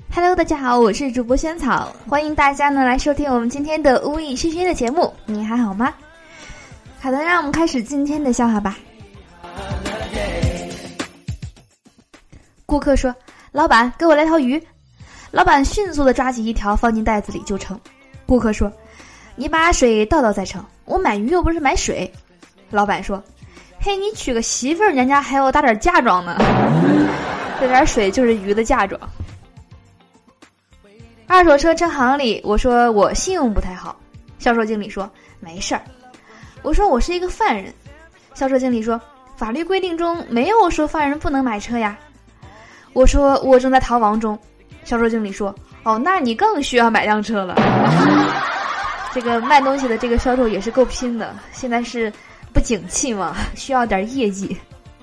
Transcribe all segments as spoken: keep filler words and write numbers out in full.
Hello， 大家好，我是主播萱草，欢迎大家呢来收听我们今天的无意轩轩的节目。你还好吗？好的，让我们开始今天的笑话吧。顾客说：“老板，给我来条鱼。”老板迅速地抓起一条放进袋子里就盛。顾客说：“你把水倒倒再盛，我买鱼又不是买水。”老板说：“嘿，你娶个媳妇儿，人家还要打点嫁妆呢。”这点水就是鱼的嫁妆。二手车车行里，我说我信用不太好，销售经理说没事儿。我说我是一个犯人，销售经理说法律规定中没有说犯人不能买车呀。我说我正在逃亡中，销售经理说哦，那你更需要买辆车了。这个卖东西的这个销售也是够拼的，现在是不景气嘛，需要点业绩。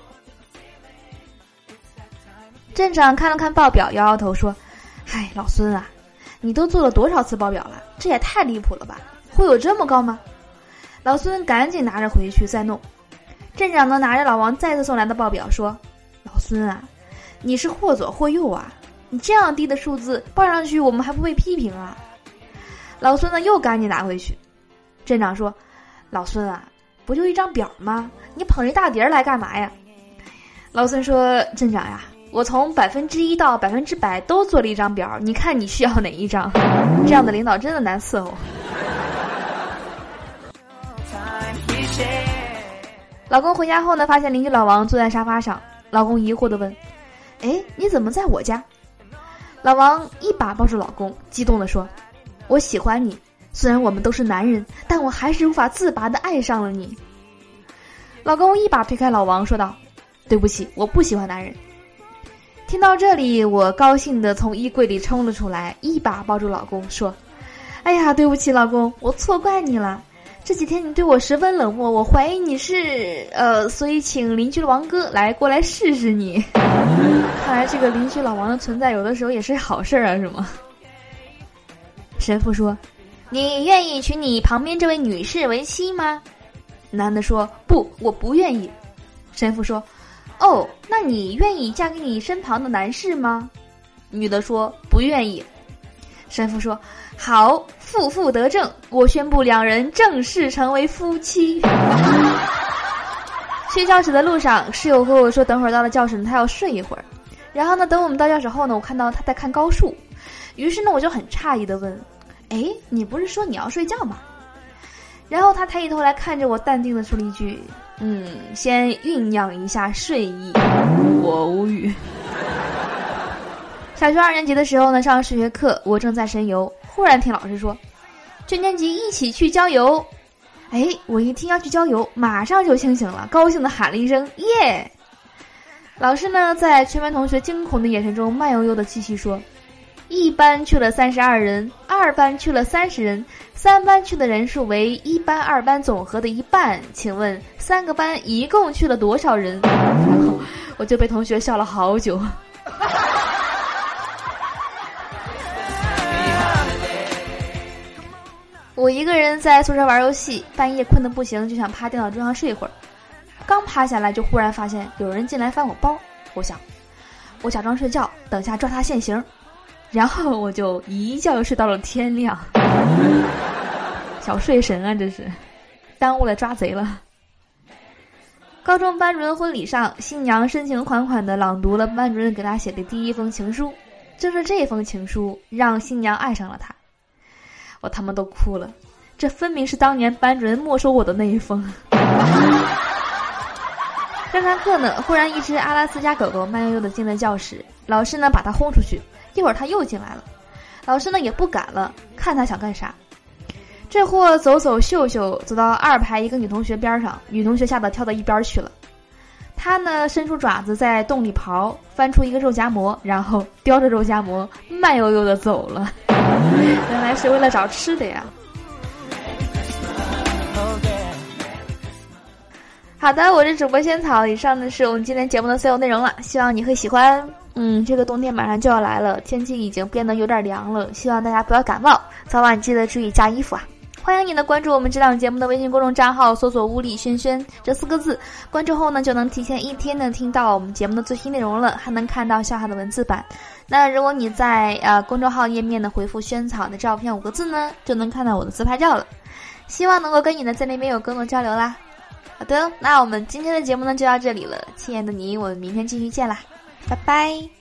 镇长看了看报表，摇摇头说：“嗨，老孙啊，你都做了多少次报表了？这也太离谱了吧！会有这么高吗？”老孙赶紧拿着回去再弄。镇长呢，拿着老王再次送来的报表说：“老孙啊，你是或左或右啊！你这样低的数字报上去，我们还不被批评啊！”老孙呢，又赶紧拿回去。镇长说：“老孙啊，不就一张表吗？你捧一大叠来干嘛呀？”老孙说：“镇长呀，我从百分之一到百分之百都做了一张表，你看你需要哪一张？这样的领导真的难伺候。”老公回家后呢，发现邻居老王坐在沙发上，老公疑惑地问：“哎，你怎么在我家？”老王一把抱住老公，激动地说：“我喜欢你，虽然我们都是男人，但我还是无法自拔地爱上了你。”老公一把推开老王，说道：“对不起，我不喜欢男人。”听到这里，我高兴地从衣柜里冲了出来，一把抱住老公说：“哎呀，对不起老公，我错怪你了。这几天你对我十分冷漠，我怀疑你是呃，所以请邻居王哥来过来试试你。”看来这个邻居老王的存在有的时候也是好事啊，是吗？神父说：“你愿意娶你旁边这位女士为妻吗？”男的说：“不，我不愿意。”神父说：“哦，那你愿意嫁给你身旁的男士吗？”女的说：“不愿意。”神父说：“好，负负得正，我宣布两人正式成为夫妻。”去教室的路上，室友和我说等会儿到了教室他要睡一会儿。然后呢，等我们到教室后呢，我看到他在看高数，于是呢我就很诧异地问：“哎，你不是说你要睡觉吗？”然后他抬起头来看着我，淡定地说了一句：“嗯，先酝酿一下睡意。”我无语。小学二年级的时候呢，上数学课，我正在神游，忽然听老师说：“全年级一起去郊游。”哎，我一听要去郊游，马上就清醒了，高兴地喊了一声：“耶！”老师呢，在全班同学惊恐的眼神中，慢悠悠地继续说：“一班去了三十二人，二班去了三十人，三班去的人数为一班二班总和的一半，请问三个班一共去了多少人？”然后我就被同学笑了好久。我一个人在宿舍玩游戏，半夜困得不行，就想趴电脑桌上睡一会儿。刚趴下来，就忽然发现有人进来翻我包。我想，我假装睡觉，等下抓他现行。然后我就一觉睡到了天亮。小睡神啊，这是耽误了抓贼了。高中班主任婚礼上，新娘深情款款地朗读了班主任给她写的第一封情书。就是这封情书让新娘爱上了他。我他妈都哭了，这分明是当年班主任没收我的那一封。正上课呢，忽然一只阿拉斯加狗狗慢悠悠地进了教室，老师呢把它轰出去，一会儿它又进来了，老师呢也不敢了，看它想干啥。这货走走秀秀，走到二排一个女同学边上，女同学吓得跳到一边去了。他呢伸出爪子在洞里刨，翻出一个肉夹馍，然后叼着肉夹馍慢悠悠地走了。原来是为了找吃的呀。好的，我是主播仙草，以上呢是我们今天节目的所有内容了，希望你会喜欢。嗯，这个冬天马上就要来了，天气已经变得有点凉了，希望大家不要感冒，早晚记得注意加衣服啊。 欢迎你呢关注我们这档节目的微信公众账号，搜索物理轩轩这四个字，关注后呢就能提前一天呢听到我们节目的最新内容了，还能看到笑话的文字版。那如果你在呃公众号页面呢回复萱草的照片五个字呢，就能看到我的自拍照了。希望能够跟你呢在那边有更多交流啦。好的，那我们今天的节目呢就到这里了，亲爱的你，我们明天继续见啦，拜拜。